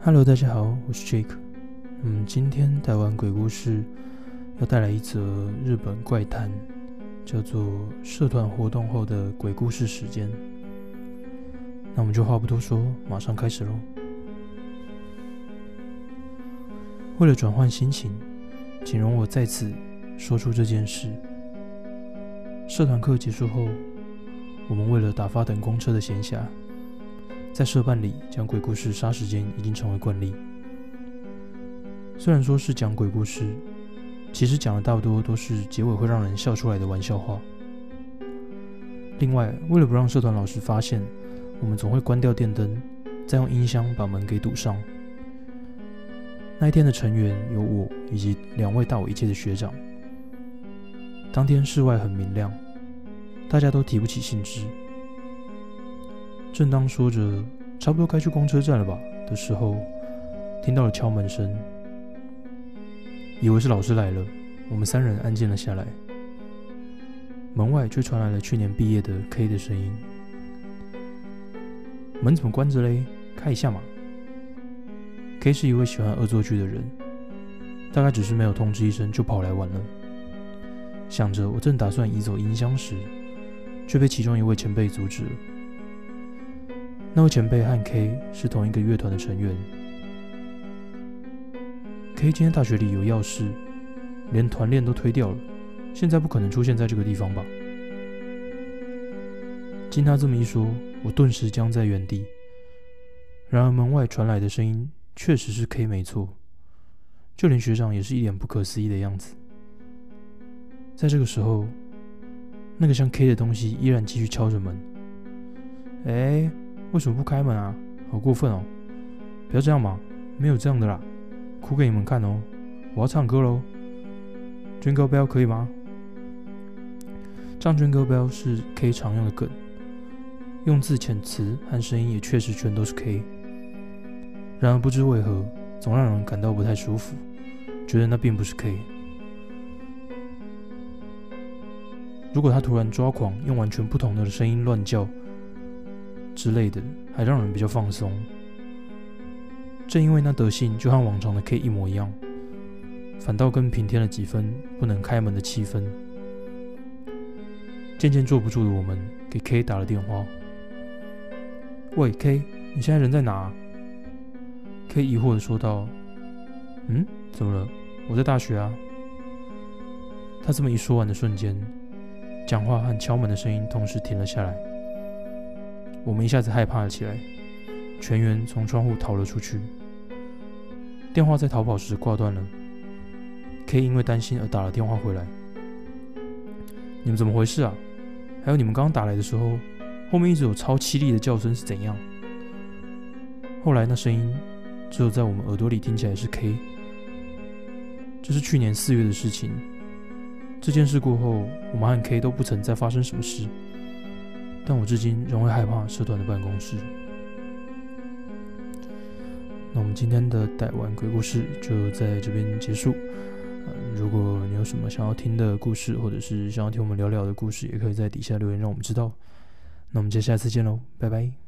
Hello， 大家好，我是 Jake。今天台湾鬼故事要带来一则日本怪谈，叫做社团活动后的鬼故事时间。那我们就话不多说，马上开始咯。为了转换心情，请容我再次说出这件事。社团课结束后，我们为了打发等公车的闲暇，在社办里讲鬼故事杀时间已经成为惯例。虽然说是讲鬼故事，其实讲的大多都是结尾会让人笑出来的玩笑话。另外，为了不让社团老师发现，我们总会关掉电灯，再用音箱把门给堵上。那一天的成员有我以及2位大我一届的学长。当天室外很明亮，大家都提不起兴致。正当说着差不多该去公车站了吧的时候，听到了敲门声，以为是老师来了，我们3人安静了下来。门外却传来了去年毕业的 K 的声音：“门怎么关着嘞？开一下嘛。” K 是一位喜欢恶作剧的人，大概只是没有通知一声就跑来玩了。想着我正打算移走音箱时，却被其中一位前辈阻止了。那位前辈和 K 是同一个乐团的成员。K 今天大学里有要事，连团练都推掉了，现在不可能出现在这个地方吧？经他这么一说，我顿时僵在原地。然而门外传来的声音确实是 K 没错，就连学长也是一脸不可思议的样子。在这个时候，那个像 K 的东西依然继续敲着门。为什么不开门啊？好过分哦！不要这样嘛，没有这样的啦，哭给你们看哦！我要唱歌咯。Jingle Bell 可以吗？唱 Jingle Bell 是 K 常用的梗，用字遣词和声音也确实全都是 K。然而不知为何，总让人感到不太舒服，觉得那并不是 K。如果他突然抓狂，用完全不同的声音乱叫之类的，还让人比较放松。正因为那德性就和往常的 K 一模一样，反倒更平添了几分不能开门的气氛。渐渐坐不住的我们给 K 打了电话：“喂 K， 你现在人在哪？”K 疑惑地说道：“怎么了？我在大学啊。”他这么一说完的瞬间，讲话和敲门的声音同时停了下来。我们一下子害怕了起来，全员从窗户逃了出去。电话在逃跑时挂断了。K 因为担心而打了电话回来：“你们怎么回事啊？还有你们刚刚打来的时候，后面一直有超凄厉的叫声是怎样？”后来那声音只有在我们耳朵里听起来是 K。这是去年4月的事情。这件事过后，我们和 K 都不曾再发生什么事，但我至今仍会害怕社团的办公室。那我们今天的台湾鬼故事就在这边结束。如果你有什么想要听的故事，或者是想要听我们聊聊的故事，也可以在底下留言让我们知道。那我们就下次见喽，拜拜。